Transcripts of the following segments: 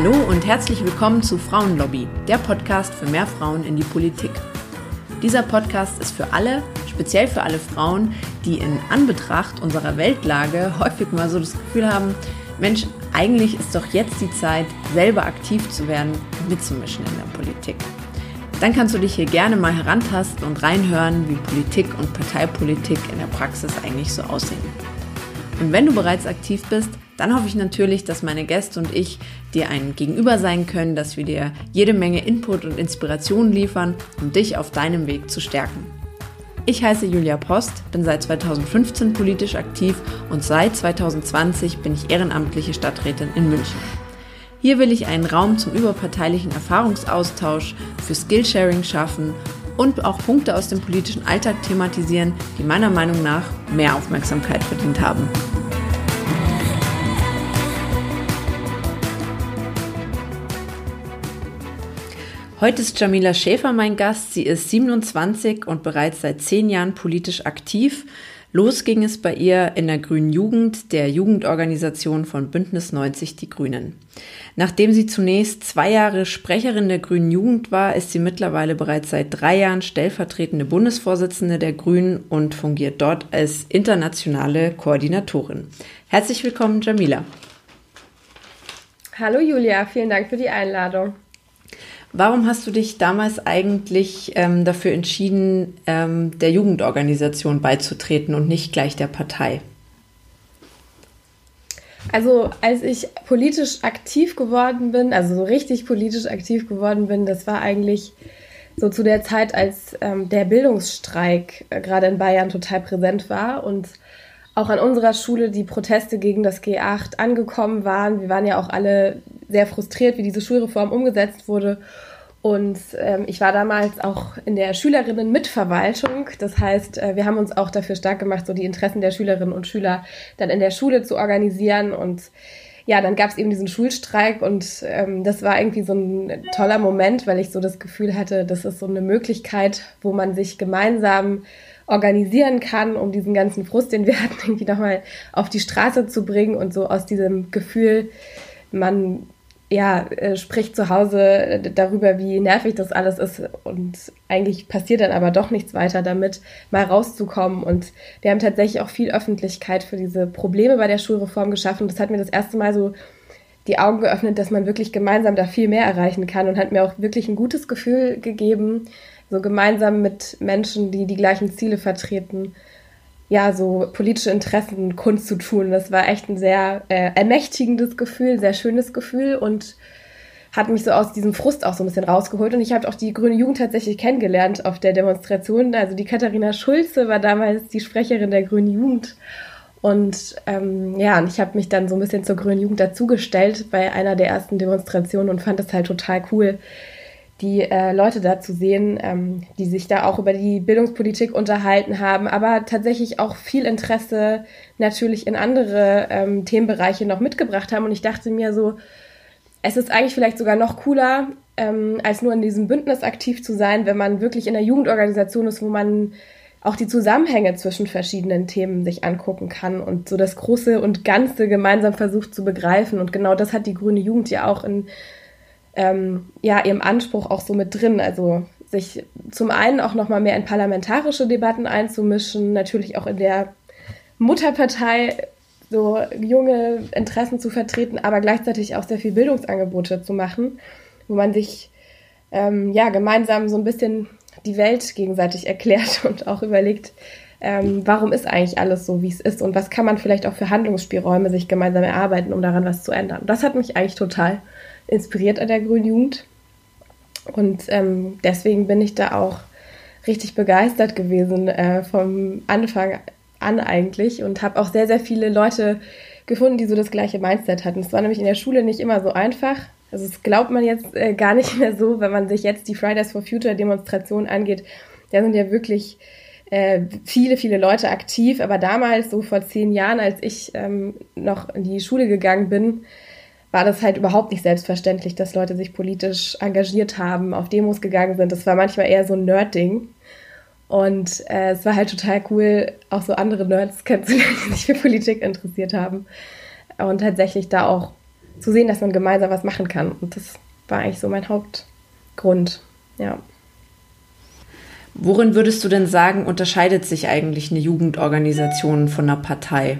Hallo und herzlich willkommen zu Frauenlobby, der Podcast für mehr Frauen in die Politik. Dieser Podcast ist für alle, speziell für alle Frauen, die in Anbetracht unserer Weltlage häufig mal so das Gefühl haben, Mensch, eigentlich ist doch jetzt die Zeit, selber aktiv zu werden und mitzumischen in der Politik. Dann kannst du dich hier gerne mal herantasten und reinhören, wie Politik und Parteipolitik in der Praxis eigentlich so aussehen. Und wenn du bereits aktiv bist, dann hoffe ich natürlich, dass meine Gäste und ich dir ein Gegenüber sein können, dass wir dir jede Menge Input und Inspiration liefern, um dich auf deinem Weg zu stärken. Ich heiße Julia Post, bin seit 2015 politisch aktiv und seit 2020 bin ich ehrenamtliche Stadträtin in München. Hier will ich einen Raum zum überparteilichen Erfahrungsaustausch, für Skillsharing schaffen und auch Punkte aus dem politischen Alltag thematisieren, die meiner Meinung nach mehr Aufmerksamkeit verdient haben. Heute ist Jamila Schäfer mein Gast. Sie ist 27 und bereits seit 10 Jahren politisch aktiv. Los ging es bei ihr in der Grünen Jugend, der Jugendorganisation von Bündnis 90 Die Grünen. Nachdem sie zunächst 2 Jahre Sprecherin der Grünen Jugend war, ist sie mittlerweile bereits seit 3 Jahren stellvertretende Bundesvorsitzende der Grünen und fungiert dort als internationale Koordinatorin. Herzlich willkommen, Jamila. Hallo Julia, vielen Dank für die Einladung. Warum hast du dich damals eigentlich dafür entschieden, der Jugendorganisation beizutreten und nicht gleich der Partei? Also als ich politisch aktiv geworden bin, also so richtig politisch aktiv geworden bin, das war eigentlich so zu der Zeit, als der Bildungsstreik gerade in Bayern total präsent war und auch an unserer Schule die Proteste gegen das G8 angekommen waren. Wir waren ja auch alle sehr frustriert, wie diese Schulreform umgesetzt wurde. Und ich war damals auch in der Schülerinnen-Mitverwaltung. Das heißt, wir haben uns auch dafür stark gemacht, so die Interessen der Schülerinnen und Schüler dann in der Schule zu organisieren. Und ja, dann gab es eben diesen Schulstreik und das war irgendwie so ein toller Moment, weil ich so das Gefühl hatte, das ist so eine Möglichkeit, wo man sich gemeinsam organisieren kann, um diesen ganzen Frust, den wir hatten, irgendwie nochmal auf die Straße zu bringen und so aus diesem Gefühl, man spricht zu Hause darüber, wie nervig das alles ist und eigentlich passiert dann aber doch nichts weiter damit, mal rauszukommen. Und wir haben tatsächlich auch viel Öffentlichkeit für diese Probleme bei der Schulreform geschaffen. Das hat mir das erste Mal so die Augen geöffnet, dass man wirklich gemeinsam da viel mehr erreichen kann und hat mir auch wirklich ein gutes Gefühl gegeben, so gemeinsam mit Menschen, die die gleichen Ziele vertreten, ja, so politische Interessen kundzutun. Das war echt ein sehr ermächtigendes Gefühl, sehr schönes Gefühl und hat mich so aus diesem Frust auch so ein bisschen rausgeholt. Und ich habe auch die Grüne Jugend tatsächlich kennengelernt auf der Demonstration. Also die Katharina Schulze war damals die Sprecherin der Grünen Jugend. Und und ich habe mich dann so ein bisschen zur Grünen Jugend dazugestellt bei einer der ersten Demonstrationen und fand es halt total cool, die Leute da zu sehen, die sich da auch über die Bildungspolitik unterhalten haben, aber tatsächlich auch viel Interesse natürlich in andere Themenbereiche noch mitgebracht haben. Und ich dachte mir so, es ist eigentlich vielleicht sogar noch cooler, als nur in diesem Bündnis aktiv zu sein, wenn man wirklich in einer Jugendorganisation ist, wo man auch die Zusammenhänge zwischen verschiedenen Themen sich angucken kann und so das Große und Ganze gemeinsam versucht zu begreifen. Und genau das hat die Grüne Jugend ja auch in ihrem Anspruch auch so mit drin, also sich zum einen auch nochmal mehr in parlamentarische Debatten einzumischen, natürlich auch in der Mutterpartei so junge Interessen zu vertreten, aber gleichzeitig auch sehr viel Bildungsangebote zu machen, wo man sich gemeinsam so ein bisschen die Welt gegenseitig erklärt und auch überlegt, warum ist eigentlich alles so, wie es ist und was kann man vielleicht auch für Handlungsspielräume sich gemeinsam erarbeiten, um daran was zu ändern. Das hat mich eigentlich total inspiriert an der Grünen Jugend und deswegen bin ich da auch richtig begeistert gewesen vom Anfang an eigentlich und habe auch sehr, sehr viele Leute gefunden, die so das gleiche Mindset hatten. Es war nämlich in der Schule nicht immer so einfach. Also das glaubt man jetzt gar nicht mehr so, wenn man sich jetzt die Fridays for Future Demonstration angeht. Da sind ja wirklich viele, viele Leute aktiv, aber damals, so vor 10 Jahren, als ich noch in die Schule gegangen bin, war das halt überhaupt nicht selbstverständlich, dass Leute sich politisch engagiert haben, auf Demos gegangen sind. Das war manchmal eher so ein Nerd-Ding. Und es war halt total cool, auch so andere Nerds kennenzulernen, die sich für Politik interessiert haben. Und tatsächlich da auch zu sehen, dass man gemeinsam was machen kann. Und das war eigentlich so mein Hauptgrund, ja. Worin würdest du denn sagen, unterscheidet sich eigentlich eine Jugendorganisation von einer Partei?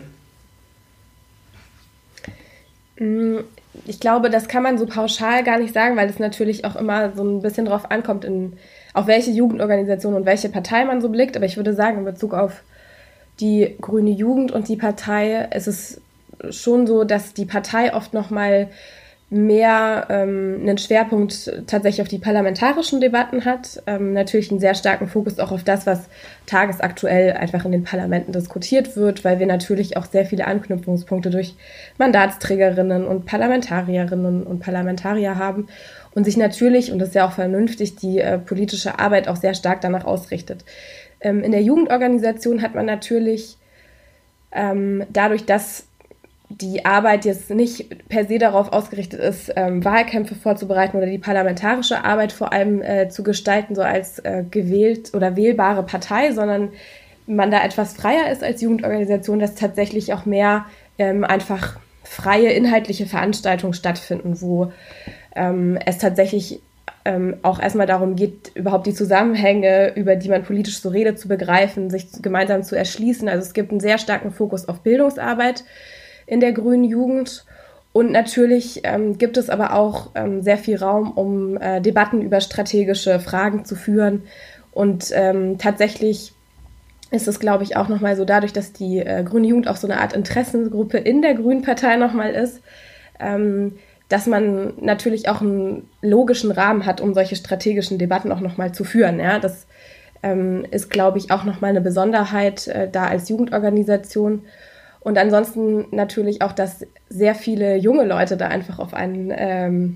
Ich glaube, das kann man so pauschal gar nicht sagen, weil es natürlich auch immer so ein bisschen drauf ankommt, auf welche Jugendorganisation und welche Partei man so blickt. Aber ich würde sagen, in Bezug auf die Grüne Jugend und die Partei ist es schon so, dass die Partei oft noch mal mehr einen Schwerpunkt tatsächlich auf die parlamentarischen Debatten hat. Natürlich einen sehr starken Fokus auch auf das, was tagesaktuell einfach in den Parlamenten diskutiert wird, weil wir natürlich auch sehr viele Anknüpfungspunkte durch Mandatsträgerinnen und Parlamentarierinnen und Parlamentarier haben und sich natürlich, und das ist ja auch vernünftig, die politische Arbeit auch sehr stark danach ausrichtet. In der Jugendorganisation hat man natürlich dadurch, dass die Arbeit jetzt nicht per se darauf ausgerichtet ist, Wahlkämpfe vorzubereiten oder die parlamentarische Arbeit vor allem zu gestalten, so als gewählt oder wählbare Partei, sondern man da etwas freier ist als Jugendorganisation, dass tatsächlich auch mehr einfach freie inhaltliche Veranstaltungen stattfinden, wo es tatsächlich auch erstmal darum geht, überhaupt die Zusammenhänge, über die man politisch so redet, zu begreifen, sich gemeinsam zu erschließen. Also es gibt einen sehr starken Fokus auf Bildungsarbeit in der Grünen Jugend. Und natürlich gibt es aber auch sehr viel Raum, um Debatten über strategische Fragen zu führen. Und tatsächlich ist es, glaube ich, auch nochmal so, dadurch, dass die Grüne Jugend auch so eine Art Interessengruppe in der Grünen Partei nochmal ist, dass man natürlich auch einen logischen Rahmen hat, um solche strategischen Debatten auch nochmal zu führen. Ja? Das ist, glaube ich, auch nochmal eine Besonderheit da als Jugendorganisation. Und ansonsten natürlich auch, dass sehr viele junge Leute da einfach auf einen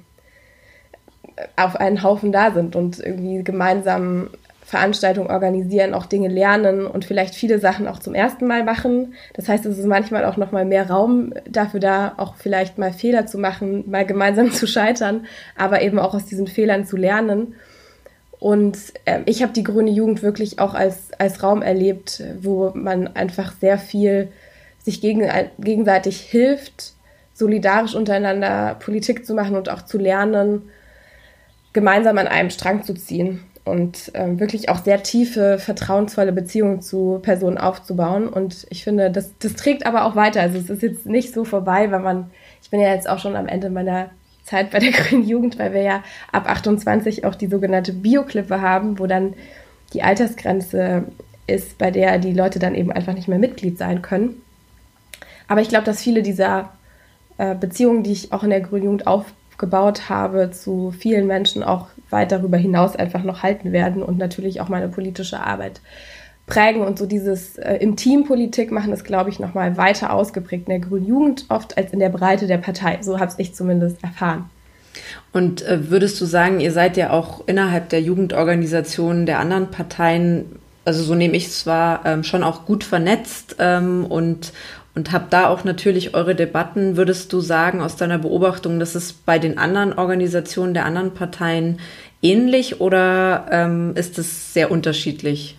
Haufen da sind und irgendwie gemeinsam Veranstaltungen organisieren, auch Dinge lernen und vielleicht viele Sachen auch zum ersten Mal machen. Das heißt, es ist manchmal auch nochmal mehr Raum dafür da, auch vielleicht mal Fehler zu machen, mal gemeinsam zu scheitern, aber eben auch aus diesen Fehlern zu lernen. Und ich habe die Grüne Jugend wirklich auch als Raum erlebt, wo man einfach sehr viel sich gegenseitig hilft, solidarisch untereinander Politik zu machen und auch zu lernen, gemeinsam an einem Strang zu ziehen und wirklich auch sehr tiefe, vertrauensvolle Beziehungen zu Personen aufzubauen. Und ich finde, das trägt aber auch weiter. Also es ist jetzt nicht so vorbei, weil ich bin ja jetzt auch schon am Ende meiner Zeit bei der Grünen Jugend, weil wir ja ab 28 auch die sogenannte Bio-Klippe haben, wo dann die Altersgrenze ist, bei der die Leute dann eben einfach nicht mehr Mitglied sein können. Aber ich glaube, dass viele dieser Beziehungen, die ich auch in der Grünen Jugend aufgebaut habe, zu vielen Menschen auch weit darüber hinaus einfach noch halten werden und natürlich auch meine politische Arbeit prägen. Und so dieses im Team Politik machen ist, glaube ich, nochmal weiter ausgeprägt in der Grünen Jugend oft als in der Breite der Partei. So habe ich zumindest erfahren. Und würdest du sagen, ihr seid ja auch innerhalb der Jugendorganisationen der anderen Parteien, also so nehme ich es wahr, schon auch gut vernetzt und habt da auch natürlich eure Debatten. Würdest du sagen, aus deiner Beobachtung, dass es bei den anderen Organisationen der anderen Parteien ähnlich oder ist es sehr unterschiedlich?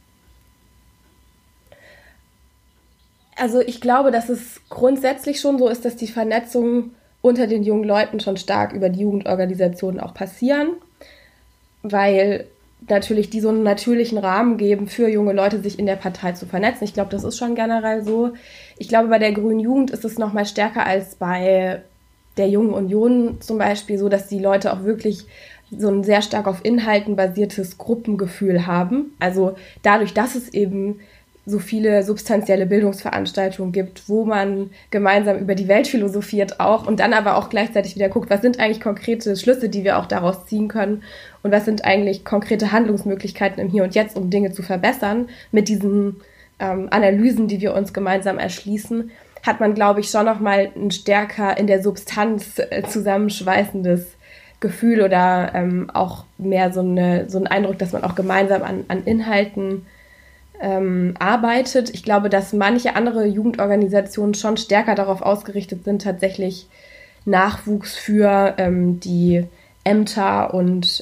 Also ich glaube, dass es grundsätzlich schon so ist, dass die Vernetzung unter den jungen Leuten schon stark über die Jugendorganisationen auch passieren, weil natürlich die so einen natürlichen Rahmen geben, für junge Leute sich in der Partei zu vernetzen. Ich glaube, das ist schon generell so. Ich glaube, bei der Grünen Jugend ist es noch mal stärker als bei der Jungen Union zum Beispiel so, dass die Leute auch wirklich so ein sehr stark auf Inhalten basiertes Gruppengefühl haben. Also dadurch, dass es eben so viele substanzielle Bildungsveranstaltungen gibt, wo man gemeinsam über die Welt philosophiert auch und dann aber auch gleichzeitig wieder guckt, was sind eigentlich konkrete Schlüsse, die wir auch daraus ziehen können und was sind eigentlich konkrete Handlungsmöglichkeiten im Hier und Jetzt, um Dinge zu verbessern. Mit diesen Analysen, die wir uns gemeinsam erschließen, hat man, glaube ich, schon nochmal ein stärker in der Substanz zusammenschweißendes Gefühl oder auch mehr so einen Eindruck, dass man auch gemeinsam an Inhalten arbeitet. Ich glaube, dass manche andere Jugendorganisationen schon stärker darauf ausgerichtet sind, tatsächlich Nachwuchs für die Ämter und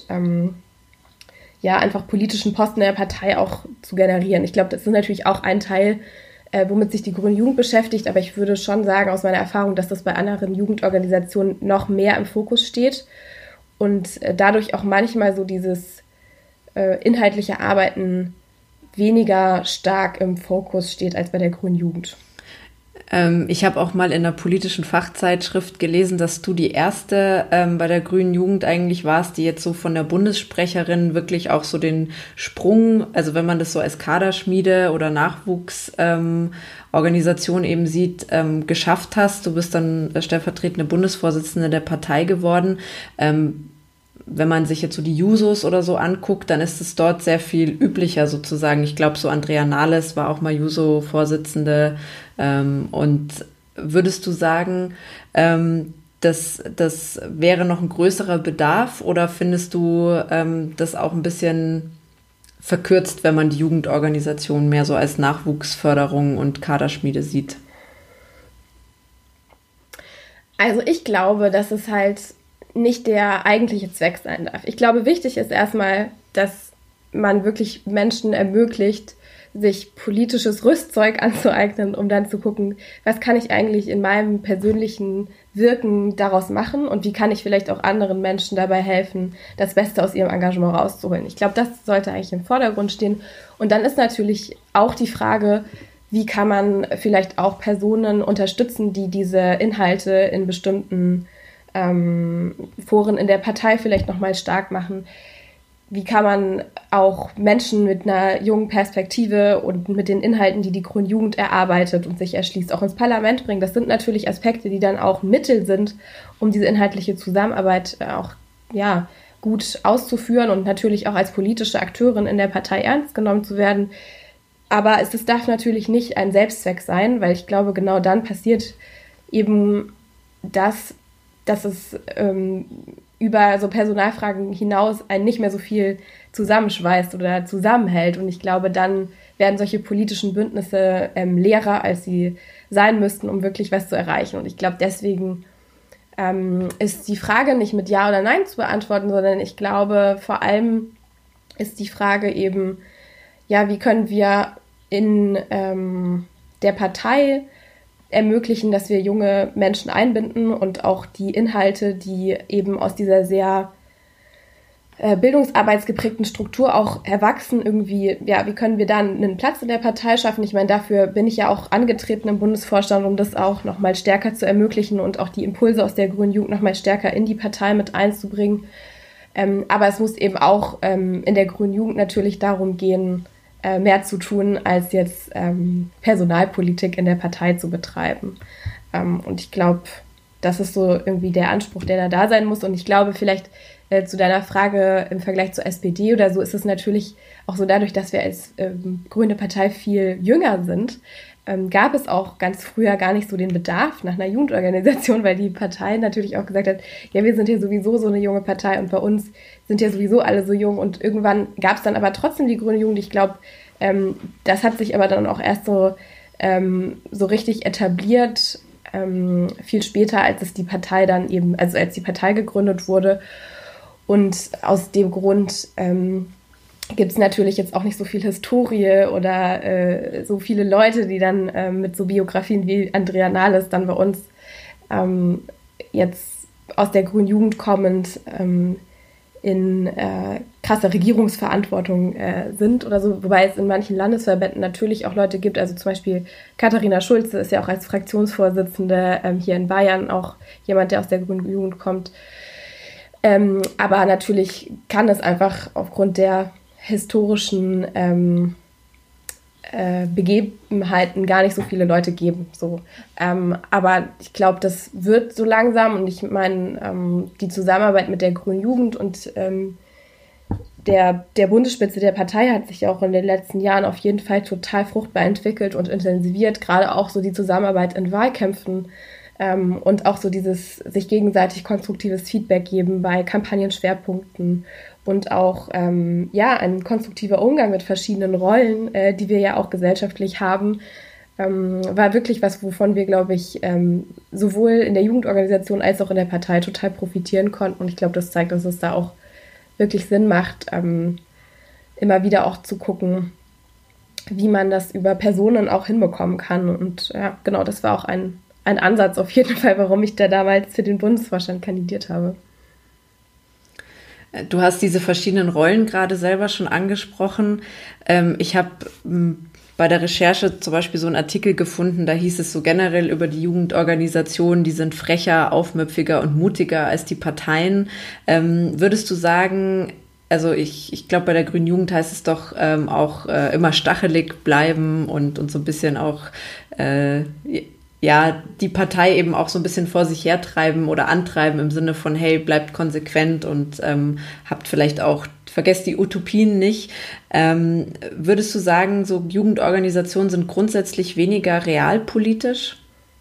einfach politischen Posten in der Partei auch zu generieren. Ich glaube, das ist natürlich auch ein Teil womit sich die Grüne Jugend beschäftigt. Aber ich würde schon sagen, aus meiner Erfahrung, dass das bei anderen Jugendorganisationen noch mehr im Fokus steht und dadurch auch manchmal so dieses inhaltliche Arbeiten weniger stark im Fokus steht als bei der Grünen Jugend. Ich habe auch mal in einer politischen Fachzeitschrift gelesen, dass du die erste bei der Grünen Jugend eigentlich warst, die jetzt so von der Bundessprecherin wirklich auch so den Sprung, also wenn man das so als Kaderschmiede oder Nachwuchsorganisation eben sieht, geschafft hast. Du bist dann stellvertretende Bundesvorsitzende der Partei geworden. Wenn man sich jetzt so die Jusos oder so anguckt, dann ist es dort sehr viel üblicher sozusagen. Ich glaube, so Andrea Nahles war auch mal Juso-Vorsitzende. Und würdest du sagen, das wäre noch ein größerer Bedarf oder findest du das auch ein bisschen verkürzt, wenn man die Jugendorganisation mehr so als Nachwuchsförderung und Kaderschmiede sieht? Also ich glaube, dass es halt nicht der eigentliche Zweck sein darf. Ich glaube, wichtig ist erstmal, dass man wirklich Menschen ermöglicht, sich politisches Rüstzeug anzueignen, um dann zu gucken, was kann ich eigentlich in meinem persönlichen Wirken daraus machen und wie kann ich vielleicht auch anderen Menschen dabei helfen, das Beste aus ihrem Engagement rauszuholen. Ich glaube, das sollte eigentlich im Vordergrund stehen. Und dann ist natürlich auch die Frage, wie kann man vielleicht auch Personen unterstützen, die diese Inhalte in bestimmten Foren in der Partei vielleicht nochmal stark machen. Wie kann man auch Menschen mit einer jungen Perspektive und mit den Inhalten, die die Grüne Jugend erarbeitet und sich erschließt, auch ins Parlament bringen? Das sind natürlich Aspekte, die dann auch Mittel sind, um diese inhaltliche Zusammenarbeit auch gut auszuführen und natürlich auch als politische Akteurin in der Partei ernst genommen zu werden. Aber es darf natürlich nicht ein Selbstzweck sein, weil ich glaube, genau dann passiert eben das, dass es über so Personalfragen hinaus einen nicht mehr so viel zusammenschweißt oder zusammenhält. Und ich glaube, dann werden solche politischen Bündnisse leerer, als sie sein müssten, um wirklich was zu erreichen. Und ich glaube, deswegen ist die Frage nicht mit Ja oder Nein zu beantworten, sondern ich glaube, vor allem ist die Frage eben, wie können wir in der Partei ermöglichen, dass wir junge Menschen einbinden und auch die Inhalte, die eben aus dieser sehr bildungsarbeitsgeprägten Struktur auch erwachsen irgendwie, wie können wir dann einen Platz in der Partei schaffen? Ich meine, dafür bin ich ja auch angetreten im Bundesvorstand, um das auch nochmal stärker zu ermöglichen und auch die Impulse aus der Grünen Jugend nochmal stärker in die Partei mit einzubringen. Aber es muss eben auch in der Grünen Jugend natürlich darum gehen, mehr zu tun, als jetzt Personalpolitik in der Partei zu betreiben. Und ich glaube, das ist so irgendwie der Anspruch, der da sein muss. Und ich glaube, vielleicht zu deiner Frage im Vergleich zur SPD oder so, ist es natürlich auch so, dadurch, dass wir als grüne Partei viel jünger sind, gab es auch ganz früher gar nicht so den Bedarf nach einer Jugendorganisation, weil die Partei natürlich auch gesagt hat, wir sind hier sowieso so eine junge Partei und bei uns sind ja sowieso alle so jung. Und irgendwann gab es dann aber trotzdem die Grüne Jugend. Ich glaube, das hat sich aber dann auch erst so richtig etabliert, viel später, als es die Partei dann eben, also als die Partei gegründet wurde. Und aus dem Grund gibt es natürlich jetzt auch nicht so viel Historie oder so viele Leute, die dann mit so Biografien wie Andrea Nahles dann bei uns jetzt aus der Grünen Jugend kommend in krasser Regierungsverantwortung sind oder so, wobei es in manchen Landesverbänden natürlich auch Leute gibt, also zum Beispiel Katharina Schulze ist ja auch als Fraktionsvorsitzende hier in Bayern auch jemand, der aus der Grünen Jugend kommt. Aber natürlich kann es einfach aufgrund der historischen Begebenheiten gar nicht so viele Leute geben. So. Aber ich glaube, das wird so langsam und ich meine, die Zusammenarbeit mit der Grünen Jugend und der Bundesspitze der Partei hat sich auch in den letzten Jahren auf jeden Fall total fruchtbar entwickelt und intensiviert, gerade auch so die Zusammenarbeit in Wahlkämpfen und auch so dieses sich gegenseitig konstruktives Feedback geben bei Kampagnenschwerpunkten und auch ein konstruktiver Umgang mit verschiedenen Rollen, die wir ja auch gesellschaftlich haben, war wirklich was, wovon wir, glaube ich, sowohl in der Jugendorganisation als auch in der Partei total profitieren konnten. Und ich glaube, das zeigt, dass es da auch wirklich Sinn macht, immer wieder auch zu gucken, wie man das über Personen auch hinbekommen kann. Und ja, genau, das war auch ein Ansatz auf jeden Fall, warum ich da damals für den Bundesvorstand kandidiert habe. Du hast diese verschiedenen Rollen gerade selber schon angesprochen. Ich habe bei der Recherche zum Beispiel so einen Artikel gefunden, da hieß es so generell über die Jugendorganisationen, die sind frecher, aufmüpfiger und mutiger als die Parteien. Würdest du sagen, also ich glaube, bei der Grünen Jugend heißt es doch auch immer stachelig bleiben und so ein bisschen auch die Partei eben auch so ein bisschen vor sich hertreiben oder antreiben im Sinne von, hey, bleibt konsequent und habt vielleicht auch, vergesst die Utopien nicht. Würdest du sagen, so Jugendorganisationen sind grundsätzlich weniger realpolitisch?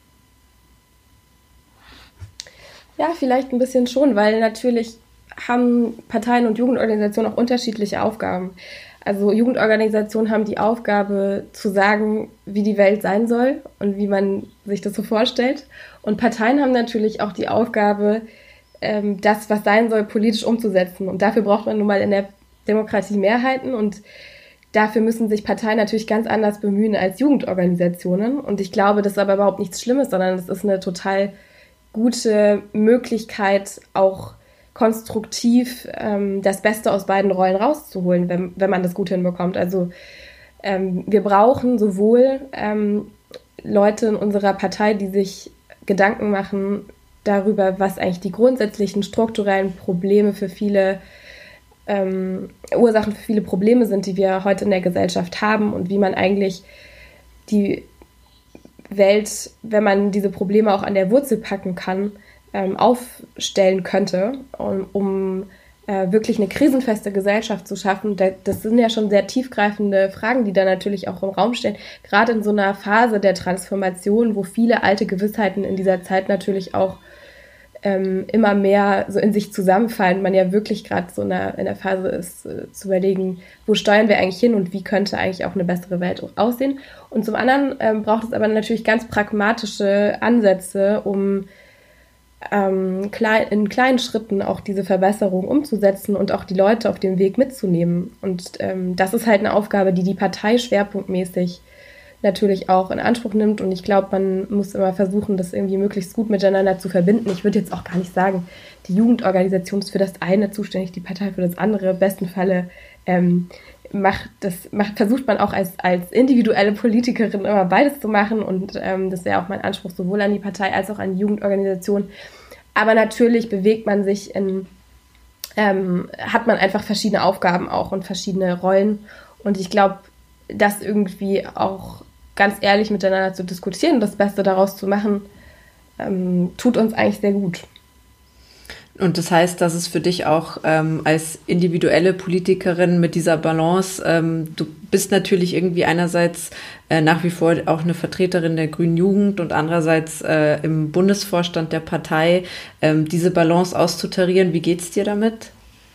Ja, vielleicht ein bisschen schon, weil natürlich haben Parteien und Jugendorganisationen auch unterschiedliche Aufgaben. Also Jugendorganisationen haben die Aufgabe zu sagen, wie die Welt sein soll und wie man sich das so vorstellt. Und Parteien haben natürlich auch die Aufgabe, das, was sein soll, politisch umzusetzen. Und dafür braucht man nun mal in der Demokratie Mehrheiten. Und dafür müssen sich Parteien natürlich ganz anders bemühen als Jugendorganisationen. Und ich glaube, das ist aber überhaupt nichts Schlimmes, sondern es ist eine total gute Möglichkeit, auch konstruktiv das Beste aus beiden Rollen rauszuholen, wenn man das gut hinbekommt. Also wir brauchen sowohl Leute in unserer Partei, die sich Gedanken machen darüber, was eigentlich die grundsätzlichen strukturellen Probleme für viele Ursachen für viele Probleme sind, die wir heute in der Gesellschaft haben und wie man eigentlich die Welt, wenn man diese Probleme auch an der Wurzel packen kann, aufstellen könnte, um wirklich eine krisenfeste Gesellschaft zu schaffen. Das sind ja schon sehr tiefgreifende Fragen, die da natürlich auch im Raum stehen. Gerade in so einer Phase der Transformation, wo viele alte Gewissheiten in dieser Zeit natürlich auch immer mehr so in sich zusammenfallen. Man ja wirklich gerade so in der Phase ist, zu überlegen, wo steuern wir eigentlich hin und wie könnte eigentlich auch eine bessere Welt aussehen. Und zum anderen braucht es aber natürlich ganz pragmatische Ansätze, um in kleinen Schritten auch diese Verbesserung umzusetzen und auch die Leute auf dem Weg mitzunehmen. Und das ist halt eine Aufgabe, die Partei schwerpunktmäßig natürlich auch in Anspruch nimmt. Und ich glaube, man muss immer versuchen, das irgendwie möglichst gut miteinander zu verbinden. Ich würde jetzt auch gar nicht sagen, die Organisation ist für das eine zuständig, die Partei für das andere. Im besten Falle versucht man auch als individuelle Politikerin immer beides zu machen und das wäre auch mein Anspruch sowohl an die Partei als auch an die Jugendorganisation. Aber natürlich bewegt man sich hat man einfach verschiedene Aufgaben auch und verschiedene Rollen und ich glaube, das irgendwie auch ganz ehrlich miteinander zu diskutieren und das Beste daraus zu machen, tut uns eigentlich sehr gut. Und das heißt, dass es für dich auch als individuelle Politikerin mit dieser Balance, du bist natürlich irgendwie einerseits nach wie vor auch eine Vertreterin der Grünen Jugend und andererseits im Bundesvorstand der Partei, diese Balance auszutarieren. Wie geht's dir damit?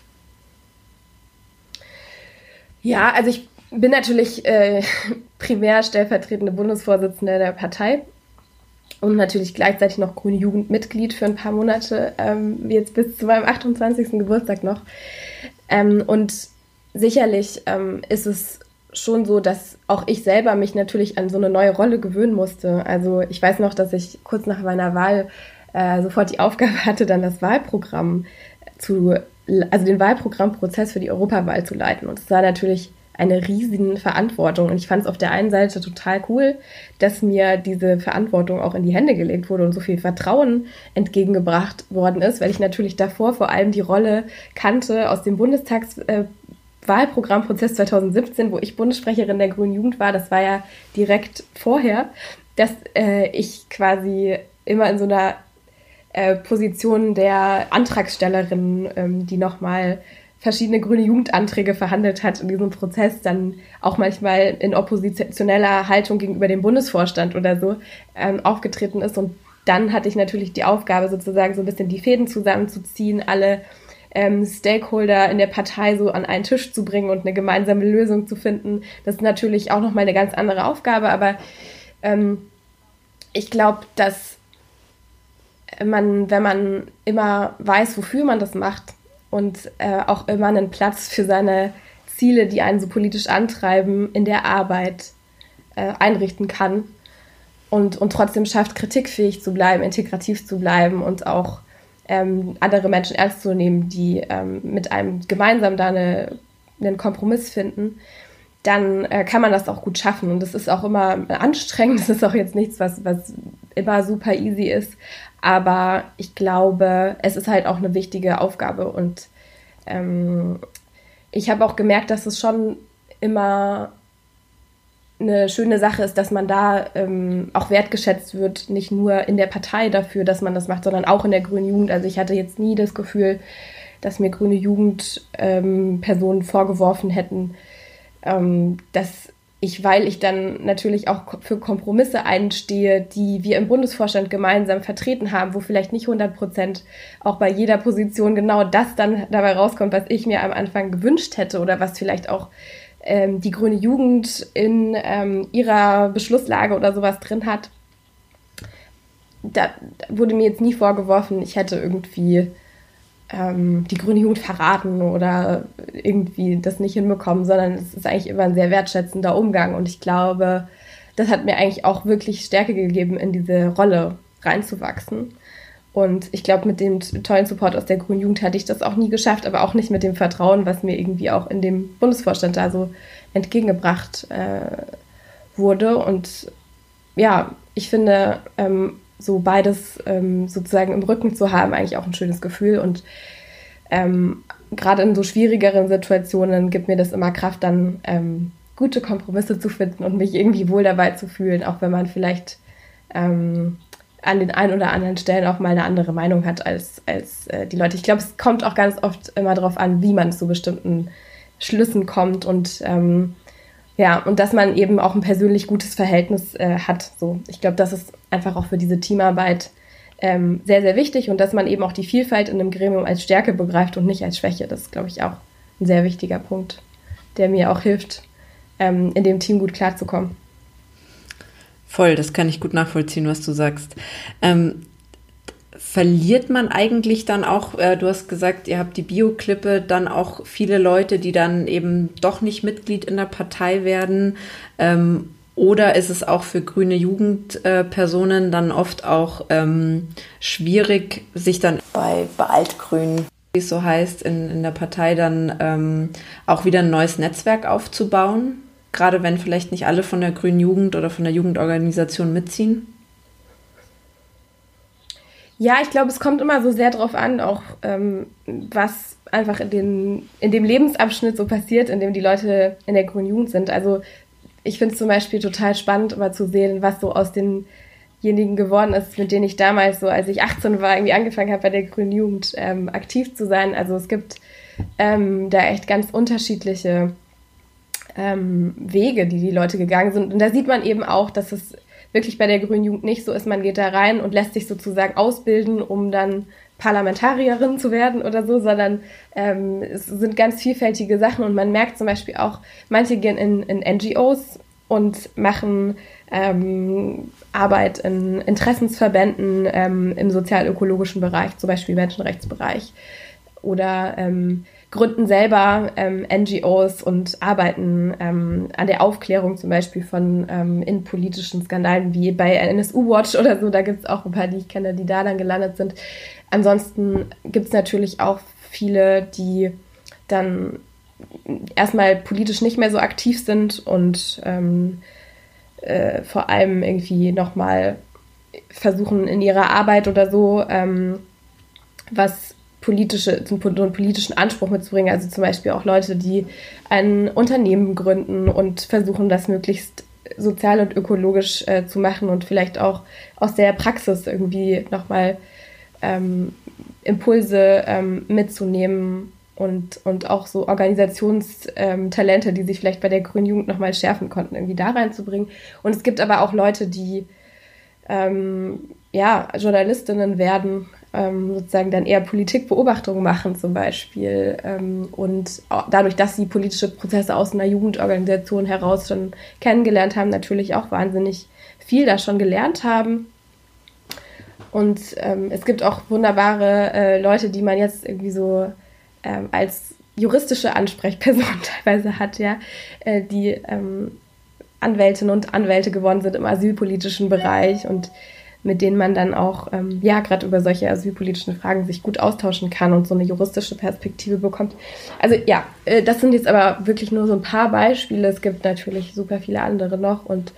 Ja, also ich bin natürlich primär stellvertretende Bundesvorsitzende der Partei. Und natürlich gleichzeitig noch Grüne Jugendmitglied für ein paar Monate, jetzt bis zu meinem 28. Geburtstag noch. Und sicherlich ist es schon so, dass auch ich selber mich natürlich an so eine neue Rolle gewöhnen musste. Also ich weiß noch, dass ich kurz nach meiner Wahl sofort die Aufgabe hatte, dann das Wahlprogramm den Wahlprogrammprozess für die Europawahl zu leiten. Und es war natürlich eine riesen Verantwortung. Und ich fand es auf der einen Seite total cool, dass mir diese Verantwortung auch in die Hände gelegt wurde und so viel Vertrauen entgegengebracht worden ist, weil ich natürlich davor vor allem die Rolle kannte aus dem Bundestagswahlprogrammprozess 2017, wo ich Bundessprecherin der Grünen Jugend war. Das war ja direkt vorher, dass ich quasi immer in so einer Position der Antragstellerin, die nochmal verschiedene grüne Jugendanträge verhandelt hat in diesem Prozess, dann auch manchmal in oppositioneller Haltung gegenüber dem Bundesvorstand oder so aufgetreten ist. Und dann hatte ich natürlich die Aufgabe, sozusagen so ein bisschen die Fäden zusammenzuziehen, alle Stakeholder in der Partei so an einen Tisch zu bringen und eine gemeinsame Lösung zu finden. Das ist natürlich auch nochmal eine ganz andere Aufgabe, aber ich glaube, dass wenn man immer weiß, wofür man das macht, und auch immer einen Platz für seine Ziele, die einen so politisch antreiben, in der Arbeit einrichten kann und trotzdem schafft, kritikfähig zu bleiben, integrativ zu bleiben und auch andere Menschen ernst zu nehmen, die mit einem gemeinsam da einen Kompromiss finden, dann kann man das auch gut schaffen. Und das ist auch immer anstrengend, das ist auch jetzt nichts, was immer super easy ist, aber ich glaube, es ist halt auch eine wichtige Aufgabe und ich habe auch gemerkt, dass es schon immer eine schöne Sache ist, dass man da auch wertgeschätzt wird, nicht nur in der Partei dafür, dass man das macht, sondern auch in der Grünen Jugend. Also ich hatte jetzt nie das Gefühl, dass mir Grüne Jugend Personen vorgeworfen hätten, dass weil ich dann natürlich auch für Kompromisse einstehe, die wir im Bundesvorstand gemeinsam vertreten haben, wo vielleicht nicht 100% auch bei jeder Position genau das dann dabei rauskommt, was ich mir am Anfang gewünscht hätte oder was vielleicht auch die Grüne Jugend in ihrer Beschlusslage oder sowas drin hat. Da wurde mir jetzt nie vorgeworfen, ich hätte irgendwie die Grüne Jugend verraten oder irgendwie das nicht hinbekommen, sondern es ist eigentlich immer ein sehr wertschätzender Umgang und ich glaube, das hat mir eigentlich auch wirklich Stärke gegeben, in diese Rolle reinzuwachsen und ich glaube, mit dem tollen Support aus der Grünen Jugend hatte ich das auch nie geschafft, aber auch nicht mit dem Vertrauen, was mir irgendwie auch in dem Bundesvorstand da so entgegengebracht wurde und ja, ich finde, so beides sozusagen im Rücken zu haben, eigentlich auch ein schönes Gefühl und gerade in so schwierigeren Situationen gibt mir das immer Kraft, dann gute Kompromisse zu finden und mich irgendwie wohl dabei zu fühlen, auch wenn man vielleicht an den ein oder anderen Stellen auch mal eine andere Meinung hat als die Leute. Ich glaube, es kommt auch ganz oft immer darauf an, wie man zu bestimmten Schlüssen kommt und ja, und dass man eben auch ein persönlich gutes Verhältnis hat. So, ich glaube, das ist einfach auch für diese Teamarbeit sehr, sehr wichtig und dass man eben auch die Vielfalt in einem Gremium als Stärke begreift und nicht als Schwäche. Das ist, glaube ich, auch ein sehr wichtiger Punkt, der mir auch hilft, in dem Team gut klarzukommen. Voll, das kann ich gut nachvollziehen, was du sagst. Verliert man eigentlich dann auch, du hast gesagt, ihr habt die Bio-Klippe, dann auch viele Leute, die dann eben doch nicht Mitglied in der Partei werden? Oder ist es auch für grüne Jugendpersonen dann oft auch schwierig, sich dann bei Altgrün, wie es so heißt, in der Partei dann auch wieder ein neues Netzwerk aufzubauen? Gerade wenn vielleicht nicht alle von der grünen Jugend oder von der Jugendorganisation mitziehen? Ja, ich glaube, es kommt immer so sehr drauf an, auch was einfach in dem Lebensabschnitt so passiert, in dem die Leute in der grünen Jugend sind. Also ich finde es zum Beispiel total spannend, immer zu sehen, was so aus denjenigen geworden ist, mit denen ich damals so, als ich 18 war, irgendwie angefangen habe, bei der grünen Jugend aktiv zu sein. Also es gibt da echt ganz unterschiedliche Wege, die Leute gegangen sind. Und da sieht man eben auch, dass es wirklich bei der grünen Jugend nicht so ist, man geht da rein und lässt sich sozusagen ausbilden, um dann Parlamentarierin zu werden oder so, sondern es sind ganz vielfältige Sachen und man merkt zum Beispiel auch, manche gehen in NGOs und machen Arbeit in Interessensverbänden im sozial-ökologischen Bereich, zum Beispiel Menschenrechtsbereich oder gründen selber NGOs und arbeiten an der Aufklärung zum Beispiel von innenpolitischen Skandalen wie bei NSU Watch oder so. Da gibt es auch ein paar, die ich kenne, die da dann gelandet sind. Ansonsten gibt es natürlich auch viele, die dann erstmal politisch nicht mehr so aktiv sind und vor allem irgendwie nochmal versuchen in ihrer Arbeit oder so einen politischen Anspruch mitzubringen. Also zum Beispiel auch Leute, die ein Unternehmen gründen und versuchen, das möglichst sozial und ökologisch zu machen und vielleicht auch aus der Praxis irgendwie nochmal Impulse mitzunehmen und auch so Organisationstalente, die sich vielleicht bei der grünen Jugend nochmal schärfen konnten, irgendwie da reinzubringen. Und es gibt aber auch Leute, die Journalistinnen werden, sozusagen dann eher Politikbeobachtung machen zum Beispiel und dadurch, dass sie politische Prozesse aus einer Jugendorganisation heraus schon kennengelernt haben, natürlich auch wahnsinnig viel da schon gelernt haben. Und es gibt auch wunderbare Leute, die man jetzt irgendwie so als juristische Ansprechperson teilweise hat, ja, die Anwältinnen und Anwälte geworden sind im asylpolitischen Bereich und mit denen man dann auch, gerade über solche asylpolitischen Fragen sich gut austauschen kann und so eine juristische Perspektive bekommt. Also ja, das sind jetzt aber wirklich nur so ein paar Beispiele. Es gibt natürlich super viele andere noch und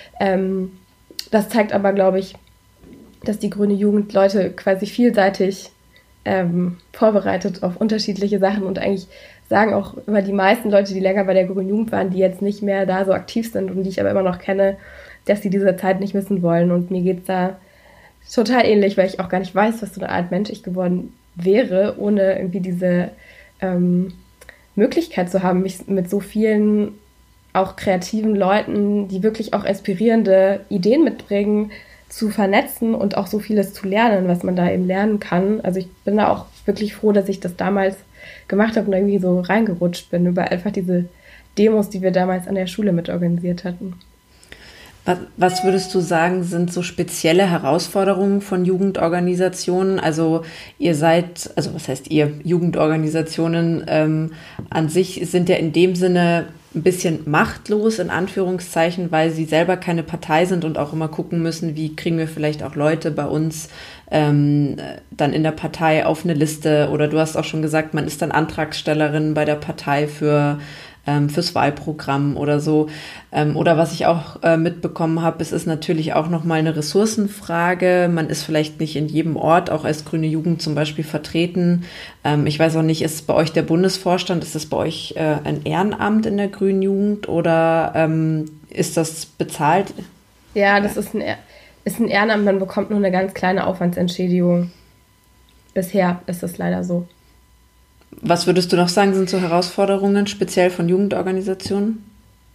das zeigt aber, glaube ich, dass die Grüne Jugend Leute quasi vielseitig vorbereitet auf unterschiedliche Sachen und eigentlich sagen auch immer die meisten Leute, die länger bei der Grünen Jugend waren, die jetzt nicht mehr da so aktiv sind und die ich aber immer noch kenne, dass sie diese Zeit nicht missen wollen. Und mir geht's da total ähnlich, weil ich auch gar nicht weiß, was für eine Art Mensch ich geworden wäre, ohne irgendwie diese Möglichkeit zu haben, mich mit so vielen auch kreativen Leuten, die wirklich auch inspirierende Ideen mitbringen, zu vernetzen und auch so vieles zu lernen, was man da eben lernen kann. Also ich bin da auch wirklich froh, dass ich das damals gemacht habe und irgendwie so reingerutscht bin über einfach diese Demos, die wir damals an der Schule mit organisiert hatten. Was würdest du sagen, sind so spezielle Herausforderungen von Jugendorganisationen? Also ihr seid, also was heißt ihr, Jugendorganisationen an sich sind ja in dem Sinne ein bisschen machtlos, in Anführungszeichen, weil sie selber keine Partei sind und auch immer gucken müssen, wie kriegen wir vielleicht auch Leute bei uns dann in der Partei auf eine Liste. Oder du hast auch schon gesagt, man ist dann Antragstellerin bei der Partei fürs Wahlprogramm oder so. Oder was ich auch mitbekommen habe, es ist natürlich auch nochmal eine Ressourcenfrage. Man ist vielleicht nicht in jedem Ort, auch als Grüne Jugend zum Beispiel, vertreten. Ich weiß auch nicht, ist bei euch der Bundesvorstand, ist das bei euch ein Ehrenamt in der Grünen Jugend oder ist das bezahlt? Ja, das ist ein Ehrenamt, man bekommt nur eine ganz kleine Aufwandsentschädigung. Bisher ist es leider so. Was würdest du noch sagen, sind so Herausforderungen, speziell von Jugendorganisationen?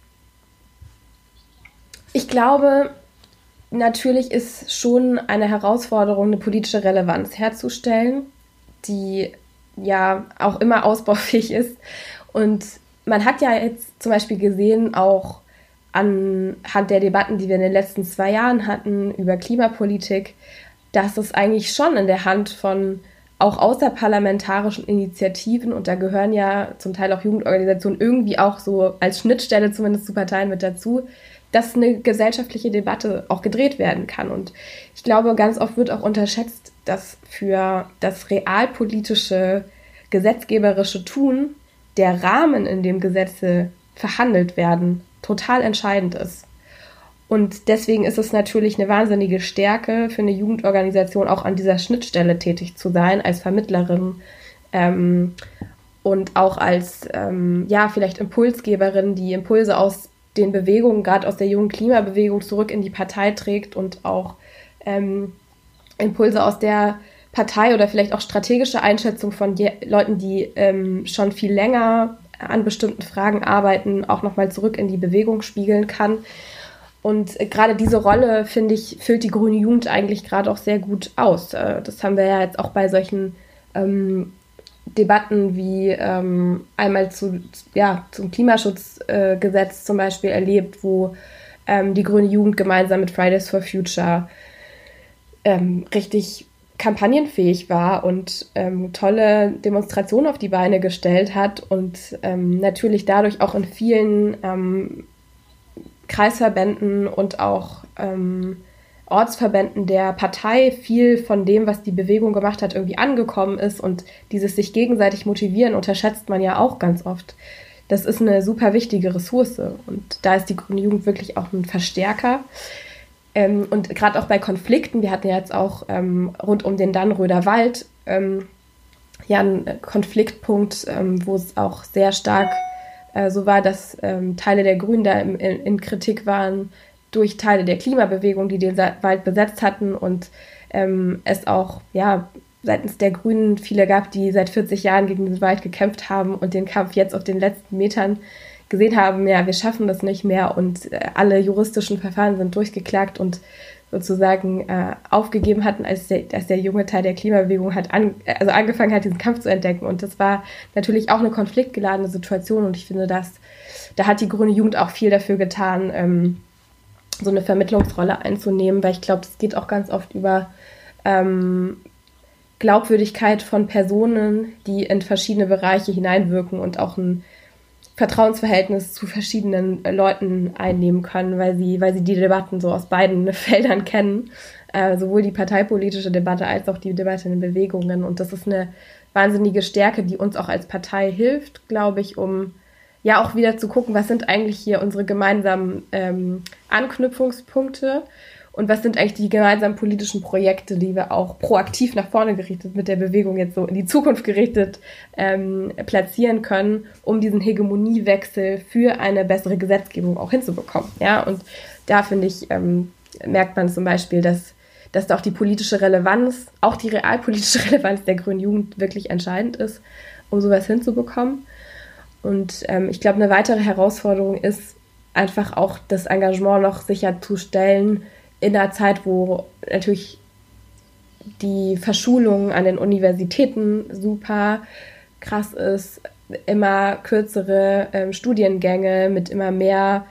Ich glaube, natürlich ist schon eine Herausforderung, eine politische Relevanz herzustellen, die ja auch immer ausbaufähig ist. Und man hat ja jetzt zum Beispiel gesehen, auch anhand der Debatten, die wir in den letzten 2 Jahren hatten über Klimapolitik, dass es eigentlich schon in der Hand von auch außerparlamentarischen Initiativen, und da gehören ja zum Teil auch Jugendorganisationen irgendwie auch so als Schnittstelle zumindest zu Parteien mit dazu, dass eine gesellschaftliche Debatte auch gedreht werden kann. Und ich glaube, ganz oft wird auch unterschätzt, dass für das realpolitische, gesetzgeberische Tun der Rahmen, in dem Gesetze verhandelt werden, total entscheidend ist. Und deswegen ist es natürlich eine wahnsinnige Stärke für eine Jugendorganisation, auch an dieser Schnittstelle tätig zu sein, als Vermittlerin und auch als vielleicht Impulsgeberin, die Impulse aus den Bewegungen, gerade aus der jungen Klimabewegung, zurück in die Partei trägt und auch Impulse aus der Partei oder vielleicht auch strategische Einschätzung von Leuten, die schon viel länger an bestimmten Fragen arbeiten, auch nochmal zurück in die Bewegung spiegeln kann. Und gerade diese Rolle, finde ich, füllt die Grüne Jugend eigentlich gerade auch sehr gut aus. Das haben wir ja jetzt auch bei solchen Debatten wie einmal zum Klimaschutzgesetz zum Beispiel erlebt, wo die Grüne Jugend gemeinsam mit Fridays for Future richtig kampagnenfähig war und tolle Demonstrationen auf die Beine gestellt hat und natürlich dadurch auch in vielen Kreisverbänden und auch Ortsverbänden der Partei viel von dem, was die Bewegung gemacht hat, irgendwie angekommen ist, und dieses sich gegenseitig motivieren unterschätzt man ja auch ganz oft. Das ist eine super wichtige Ressource und da ist die Grüne Jugend wirklich auch ein Verstärker. Und gerade auch bei Konflikten, wir hatten ja jetzt auch rund um den Dannröder Wald einen Konfliktpunkt, wo es auch sehr stark so war, dass Teile der Grünen da in Kritik waren durch Teile der Klimabewegung, die den Wald besetzt hatten und es auch seitens der Grünen viele gab, die seit 40 Jahren gegen den Wald gekämpft haben und den Kampf jetzt auf den letzten Metern gesehen haben, ja, wir schaffen das nicht mehr und alle juristischen Verfahren sind durchgeklagt und sozusagen aufgegeben hatten, als der junge Teil der Klimabewegung angefangen hat, diesen Kampf zu entdecken. Und das war natürlich auch eine konfliktgeladene Situation und ich finde, da hat die Grüne Jugend auch viel dafür getan, so eine Vermittlungsrolle einzunehmen, weil ich glaube, das geht auch ganz oft über Glaubwürdigkeit von Personen, die in verschiedene Bereiche hineinwirken und auch ein Vertrauensverhältnis zu verschiedenen Leuten einnehmen können, weil sie die Debatten so aus beiden Feldern kennen, sowohl die parteipolitische Debatte als auch die Debatte in den Bewegungen. Und das ist eine wahnsinnige Stärke, die uns auch als Partei hilft, glaube ich, um ja auch wieder zu gucken, was sind eigentlich hier unsere gemeinsamen Anknüpfungspunkte und was sind eigentlich die gemeinsamen politischen Projekte, die wir auch proaktiv nach vorne gerichtet mit der Bewegung jetzt so in die Zukunft gerichtet platzieren können, um diesen Hegemoniewechsel für eine bessere Gesetzgebung auch hinzubekommen. Ja, und da finde ich, merkt man zum Beispiel, dass da auch die politische Relevanz, auch die realpolitische Relevanz der Grünen Jugend wirklich entscheidend ist, um sowas hinzubekommen. Und ich glaube, eine weitere Herausforderung ist einfach auch das Engagement noch sicherzustellen in einer Zeit, wo natürlich die Verschulung an den Universitäten super krass ist, immer kürzere Studiengänge mit immer mehr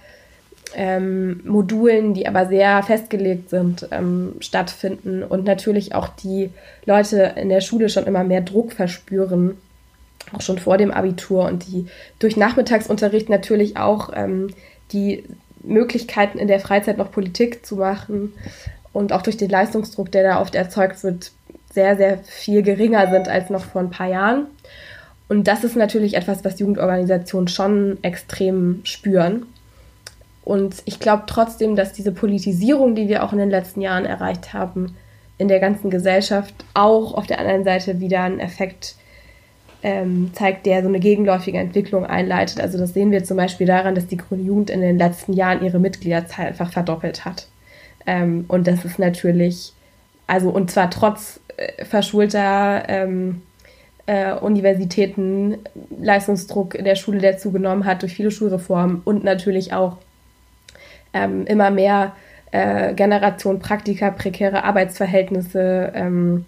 Modulen, die aber sehr festgelegt sind, stattfinden und natürlich auch die Leute in der Schule schon immer mehr Druck verspüren, auch schon vor dem Abitur und die durch Nachmittagsunterricht natürlich auch die Möglichkeiten in der Freizeit noch Politik zu machen und auch durch den Leistungsdruck, der da oft erzeugt wird, sehr, sehr viel geringer sind als noch vor ein paar Jahren. Und das ist natürlich etwas, was Jugendorganisationen schon extrem spüren. Und ich glaube trotzdem, dass diese Politisierung, die wir auch in den letzten Jahren erreicht haben, in der ganzen Gesellschaft auch auf der anderen Seite wieder einen Effekt zeigt, der so eine gegenläufige Entwicklung einleitet. Also das sehen wir zum Beispiel daran, dass die Grüne Jugend in den letzten Jahren ihre Mitgliederzahl einfach verdoppelt hat. Und das ist natürlich, also und zwar trotz verschulter Universitäten, Leistungsdruck in der Schule, der zugenommen hat durch viele Schulreformen und natürlich auch immer mehr Generation Praktika, prekäre Arbeitsverhältnisse,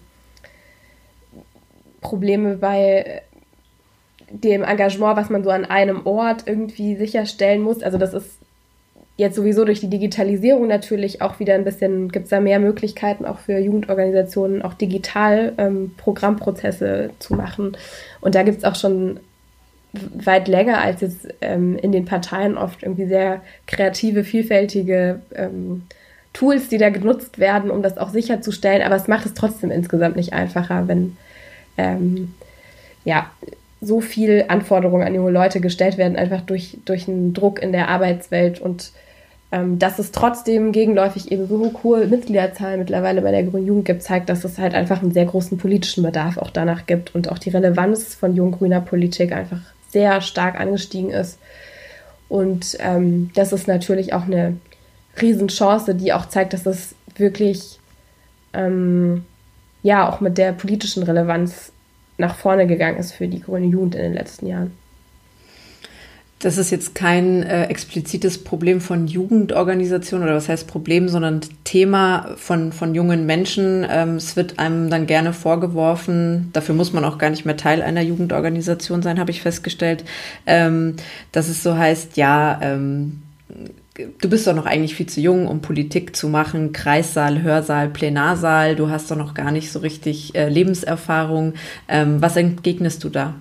Probleme bei dem Engagement, was man so an einem Ort irgendwie sicherstellen muss. Also das ist jetzt sowieso durch die Digitalisierung natürlich auch wieder ein bisschen, gibt es da mehr Möglichkeiten auch für Jugendorganisationen, auch digital Programmprozesse zu machen. Und da gibt es auch schon weit länger als jetzt in den Parteien oft irgendwie sehr kreative, vielfältige Tools, die da genutzt werden, um das auch sicherzustellen. Aber es macht es trotzdem insgesamt nicht einfacher, wenn so viel Anforderungen an junge Leute gestellt werden, einfach durch einen Druck in der Arbeitswelt und dass es trotzdem gegenläufig eben so hohe Mitgliederzahlen mittlerweile bei der Grünen Jugend gibt, zeigt, dass es halt einfach einen sehr großen politischen Bedarf auch danach gibt und auch die Relevanz von jung-grüner Politik einfach sehr stark angestiegen ist. Und das ist natürlich auch eine Riesenchance, die auch zeigt, dass es wirklich auch mit der politischen Relevanz nach vorne gegangen ist für die Grüne Jugend in den letzten Jahren. Das ist jetzt kein explizites Problem von Jugendorganisationen oder was heißt Problem, sondern Thema von jungen Menschen. Es wird einem dann gerne vorgeworfen, dafür muss man auch gar nicht mehr Teil einer Jugendorganisation sein, habe ich festgestellt, dass es so heißt, du bist doch noch eigentlich viel zu jung, um Politik zu machen, Kreissaal, Hörsaal, Plenarsaal, du hast doch noch gar nicht so richtig Lebenserfahrung. Was entgegnest du da?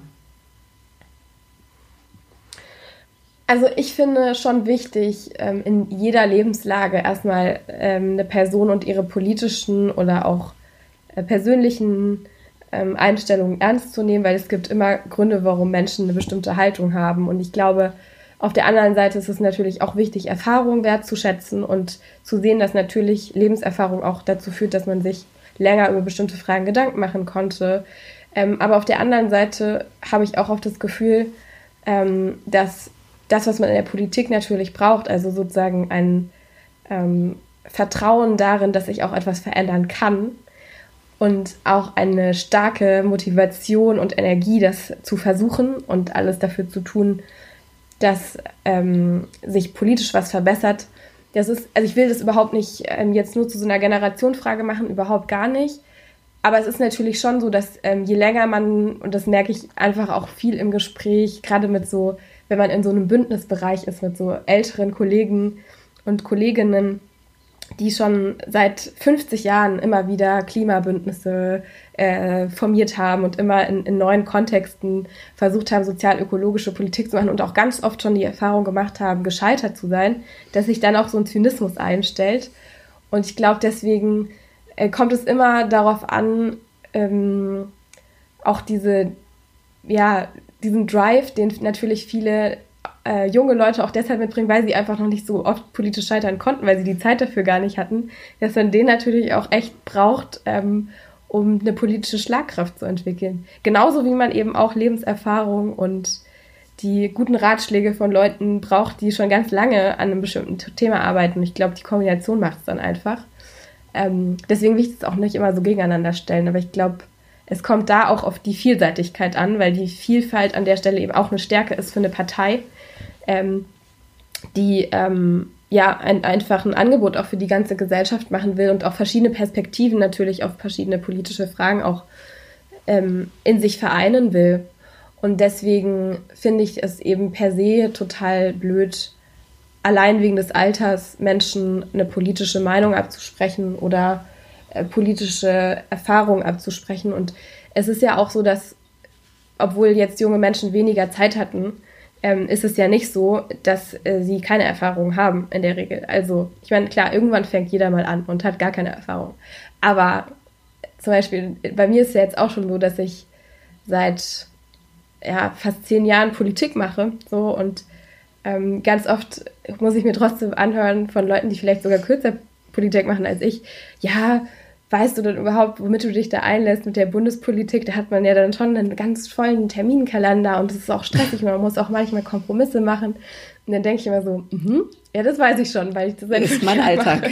Also ich finde schon wichtig, in jeder Lebenslage erstmal eine Person und ihre politischen oder auch persönlichen Einstellungen ernst zu nehmen, weil es gibt immer Gründe, warum Menschen eine bestimmte Haltung haben. Und ich glaube, auf der anderen Seite ist es natürlich auch wichtig, Erfahrung wertzuschätzen und zu sehen, dass natürlich Lebenserfahrung auch dazu führt, dass man sich länger über bestimmte Fragen Gedanken machen konnte. Aber auf der anderen Seite habe ich auch oft das Gefühl, dass das, was man in der Politik natürlich braucht, also sozusagen ein Vertrauen darin, dass ich auch etwas verändern kann und auch eine starke Motivation und Energie, das zu versuchen und alles dafür zu tun, dass sich politisch was verbessert. Das ist, also ich will das überhaupt nicht jetzt nur zu so einer Generationenfrage machen, überhaupt gar nicht. Aber es ist natürlich schon so, dass je länger man, und das merke ich einfach auch viel im Gespräch, gerade mit so, wenn man in so einem Bündnisbereich ist mit so älteren Kollegen und Kolleginnen, die schon seit 50 Jahren immer wieder Klimabündnisse formiert haben und immer in neuen Kontexten versucht haben, sozial-ökologische Politik zu machen und auch ganz oft schon die Erfahrung gemacht haben, gescheitert zu sein, dass sich dann auch so ein Zynismus einstellt. Und ich glaube, deswegen kommt es immer darauf an, auch diesen Drive, den natürlich viele junge Leute auch deshalb mitbringen, weil sie einfach noch nicht so oft politisch scheitern konnten, weil sie die Zeit dafür gar nicht hatten, dass man den natürlich auch echt braucht, um eine politische Schlagkraft zu entwickeln. Genauso wie man eben auch Lebenserfahrung und die guten Ratschläge von Leuten braucht, die schon ganz lange an einem bestimmten Thema arbeiten. Ich glaube, die Kombination macht es dann einfach. Deswegen will ich es auch nicht immer so gegeneinander stellen, aber ich glaube, es kommt da auch auf die Vielseitigkeit an, weil die Vielfalt an der Stelle eben auch eine Stärke ist für eine Partei, die einfach ein Angebot auch für die ganze Gesellschaft machen will und auch verschiedene Perspektiven natürlich auf verschiedene politische Fragen auch in sich vereinen will. Und deswegen finde ich es eben per se total blöd, allein wegen des Alters Menschen eine politische Meinung abzusprechen oder politische Erfahrung abzusprechen. Und es ist ja auch so, dass, obwohl jetzt junge Menschen weniger Zeit hatten, ist es ja nicht so, dass sie keine Erfahrung haben in der Regel. Also ich meine, klar, irgendwann fängt jeder mal an und hat gar keine Erfahrung. Aber zum Beispiel, bei mir ist es ja jetzt auch schon so, dass ich seit fast 10 Jahren Politik mache. So, und ganz oft muss ich mir trotzdem anhören von Leuten, die vielleicht sogar kürzer Politik machen als ich. Ja, weißt du denn überhaupt, womit du dich da einlässt mit der Bundespolitik? Da hat man ja dann schon einen ganz vollen Terminkalender und es ist auch stressig. Man muss auch manchmal Kompromisse machen. Und dann denke ich immer so, ja, das weiß ich schon, weil ich das ist mein Alltag.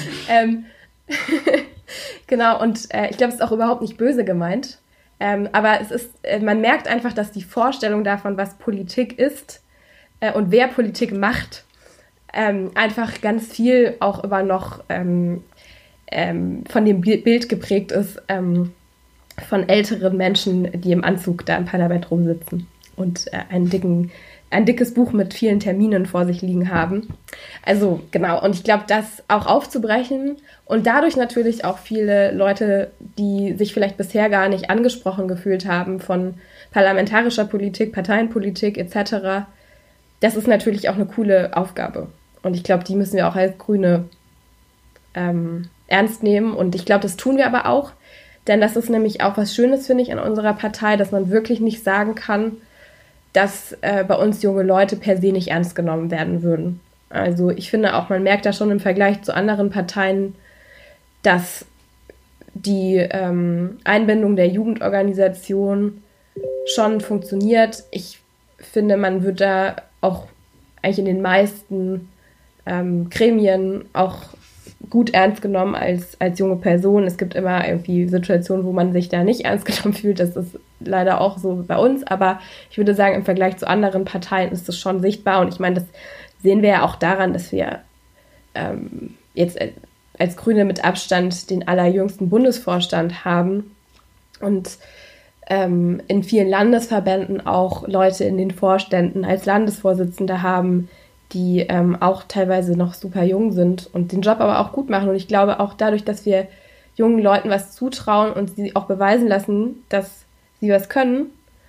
Genau, und ich glaube, es ist auch überhaupt nicht böse gemeint. Aber es ist, man merkt einfach, dass die Vorstellung davon, was Politik ist und wer Politik macht, einfach ganz viel auch immer noch von dem Bild geprägt ist, von älteren Menschen, die im Anzug da im Parlament rumsitzen und ein dickes Buch mit vielen Terminen vor sich liegen haben. Also genau, und ich glaube, das auch aufzubrechen und dadurch natürlich auch viele Leute, die sich vielleicht bisher gar nicht angesprochen gefühlt haben von parlamentarischer Politik, Parteienpolitik etc., das ist natürlich auch eine coole Aufgabe. Und ich glaube, die müssen wir auch als Grüne ernst nehmen. Und ich glaube, das tun wir aber auch. Denn das ist nämlich auch was Schönes, finde ich, an unserer Partei, dass man wirklich nicht sagen kann, dass bei uns junge Leute per se nicht ernst genommen werden würden. Also ich finde auch, man merkt da schon im Vergleich zu anderen Parteien, dass die Einbindung der Jugendorganisation schon funktioniert. Ich finde, man wird da auch eigentlich in den meisten Gremien auch gut ernst genommen als junge Person. Es gibt immer irgendwie Situationen, wo man sich da nicht ernst genommen fühlt. Das ist leider auch so bei uns. Aber ich würde sagen, im Vergleich zu anderen Parteien ist das schon sichtbar. Und ich meine, das sehen wir ja auch daran, dass wir jetzt als Grüne mit Abstand den allerjüngsten Bundesvorstand haben und in vielen Landesverbänden auch Leute in den Vorständen als Landesvorsitzende haben, die auch teilweise noch super jung sind und den Job aber auch gut machen. Und ich glaube auch dadurch, dass wir jungen Leuten was zutrauen und sie auch beweisen lassen, dass sie was können,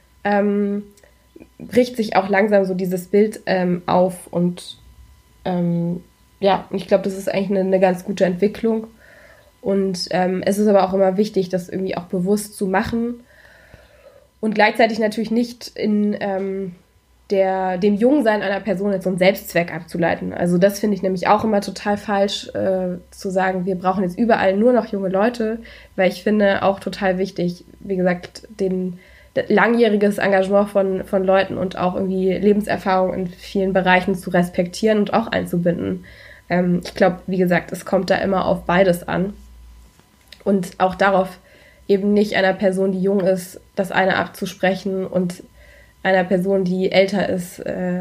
bricht sich auch langsam so dieses Bild auf. Und ich glaube, das ist eigentlich eine ganz gute Entwicklung. Und es ist aber auch immer wichtig, das irgendwie auch bewusst zu machen und gleichzeitig natürlich nicht in dem Jungsein einer Person jetzt so einen Selbstzweck abzuleiten. Also das finde ich nämlich auch immer total falsch, zu sagen, wir brauchen jetzt überall nur noch junge Leute, weil ich finde auch total wichtig, wie gesagt, langjähriges Engagement von Leuten und auch irgendwie Lebenserfahrung in vielen Bereichen zu respektieren und auch einzubinden. Ich glaube, wie gesagt, es kommt da immer auf beides an und auch darauf, eben nicht einer Person, die jung ist, das eine abzusprechen und einer Person, die älter ist,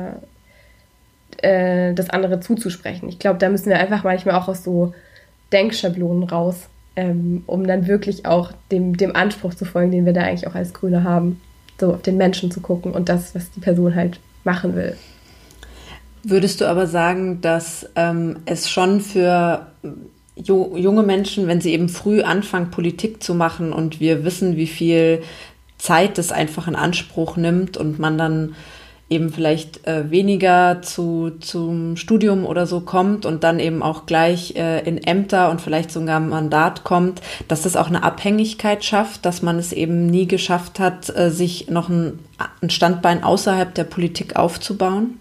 das andere zuzusprechen. Ich glaube, da müssen wir einfach manchmal auch aus so Denkschablonen raus, um dann wirklich auch dem Anspruch zu folgen, den wir da eigentlich auch als Grüne haben, so auf den Menschen zu gucken und das, was die Person halt machen will. Würdest du aber sagen, dass es schon für junge Menschen, wenn sie eben früh anfangen, Politik zu machen und wir wissen, wie viel Zeit das einfach in Anspruch nimmt und man dann eben vielleicht weniger zum Studium oder so kommt und dann eben auch gleich in Ämter und vielleicht sogar ein Mandat kommt, dass das auch eine Abhängigkeit schafft, dass man es eben nie geschafft hat, sich noch ein Standbein außerhalb der Politik aufzubauen?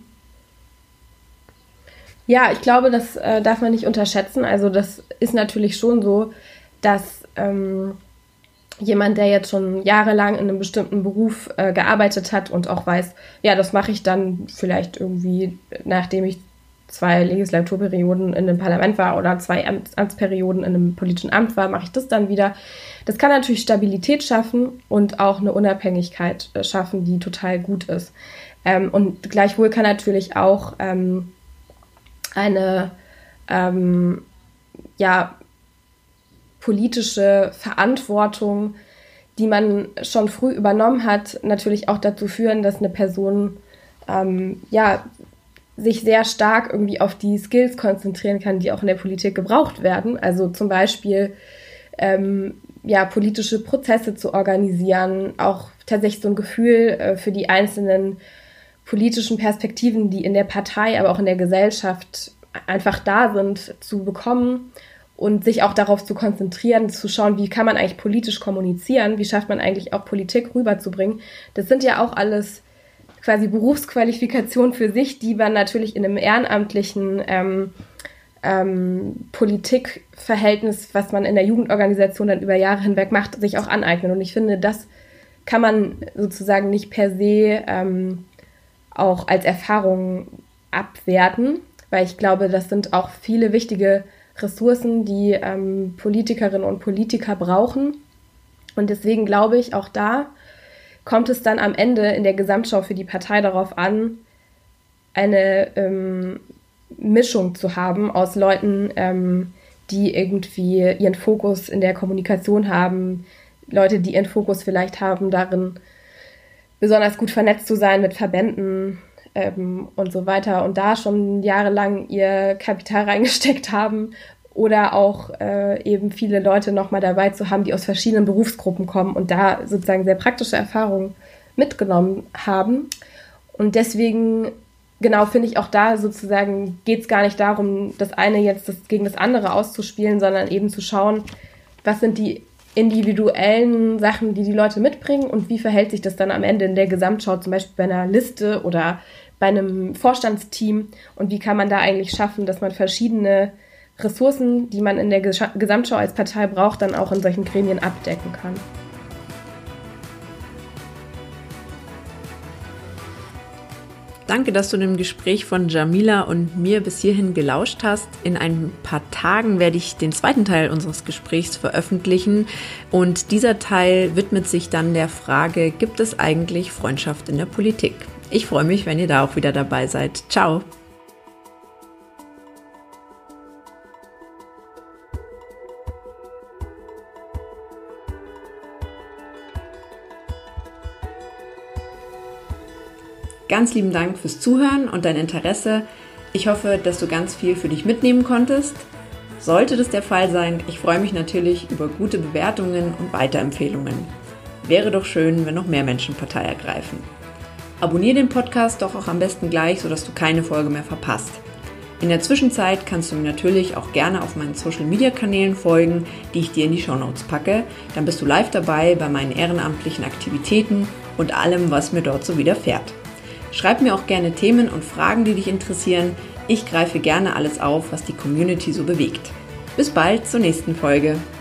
Ja, ich glaube, das darf man nicht unterschätzen. Also das ist natürlich schon so, dass jemand, der jetzt schon jahrelang in einem bestimmten Beruf gearbeitet hat und auch weiß, ja, das mache ich dann vielleicht irgendwie, nachdem ich 2 Legislaturperioden in einem Parlament war oder 2 Amtsperioden in einem politischen Amt war, mache ich das dann wieder. Das kann natürlich Stabilität schaffen und auch eine Unabhängigkeit schaffen, die total gut ist. Und gleichwohl kann natürlich auch eine politische Verantwortung, die man schon früh übernommen hat, natürlich auch dazu führen, dass eine Person sich sehr stark irgendwie auf die Skills konzentrieren kann, die auch in der Politik gebraucht werden. Also zum Beispiel politische Prozesse zu organisieren, auch tatsächlich so ein Gefühl für die einzelnen politischen Perspektiven, die in der Partei, aber auch in der Gesellschaft einfach da sind, zu bekommen und sich auch darauf zu konzentrieren, zu schauen, wie kann man eigentlich politisch kommunizieren, wie schafft man eigentlich auch Politik rüberzubringen. Das sind ja auch alles quasi Berufsqualifikationen für sich, die man natürlich in einem ehrenamtlichen Politikverhältnis, was man in der Jugendorganisation dann über Jahre hinweg macht, sich auch aneignen. Und ich finde, das kann man sozusagen nicht per se auch als Erfahrung abwerten, weil ich glaube, das sind auch viele wichtige Ressourcen, die Politikerinnen und Politiker brauchen. Und deswegen glaube ich, auch da kommt es dann am Ende in der Gesamtschau für die Partei darauf an, eine Mischung zu haben aus Leuten, die irgendwie ihren Fokus in der Kommunikation haben, Leute, die ihren Fokus vielleicht haben darin, besonders gut vernetzt zu sein mit Verbänden und so weiter und da schon jahrelang ihr Kapital reingesteckt haben oder auch eben viele Leute nochmal dabei zu haben, die aus verschiedenen Berufsgruppen kommen und da sozusagen sehr praktische Erfahrungen mitgenommen haben. Und deswegen, genau, finde ich auch da sozusagen, geht es gar nicht darum, das eine jetzt gegen das andere auszuspielen, sondern eben zu schauen, was sind die individuellen Sachen, die Leute mitbringen und wie verhält sich das dann am Ende in der Gesamtschau, zum Beispiel bei einer Liste oder bei einem Vorstandsteam und wie kann man da eigentlich schaffen, dass man verschiedene Ressourcen, die man in der Gesamtschau als Partei braucht, dann auch in solchen Gremien abdecken kann. Danke, dass du dem Gespräch von Jamila und mir bis hierhin gelauscht hast. In ein paar Tagen werde ich den zweiten Teil unseres Gesprächs veröffentlichen und dieser Teil widmet sich dann der Frage, gibt es eigentlich Freundschaft in der Politik? Ich freue mich, wenn ihr da auch wieder dabei seid. Ciao! Ganz lieben Dank fürs Zuhören und dein Interesse. Ich hoffe, dass du ganz viel für dich mitnehmen konntest. Sollte das der Fall sein, ich freue mich natürlich über gute Bewertungen und Weiterempfehlungen. Wäre doch schön, wenn noch mehr Menschen Partei ergreifen. Abonniere den Podcast doch auch am besten gleich, sodass du keine Folge mehr verpasst. In der Zwischenzeit kannst du mir natürlich auch gerne auf meinen Social-Media-Kanälen folgen, die ich dir in die Shownotes packe. Dann bist du live dabei bei meinen ehrenamtlichen Aktivitäten und allem, was mir dort so widerfährt. Schreib mir auch gerne Themen und Fragen, die dich interessieren. Ich greife gerne alles auf, was die Community so bewegt. Bis bald zur nächsten Folge.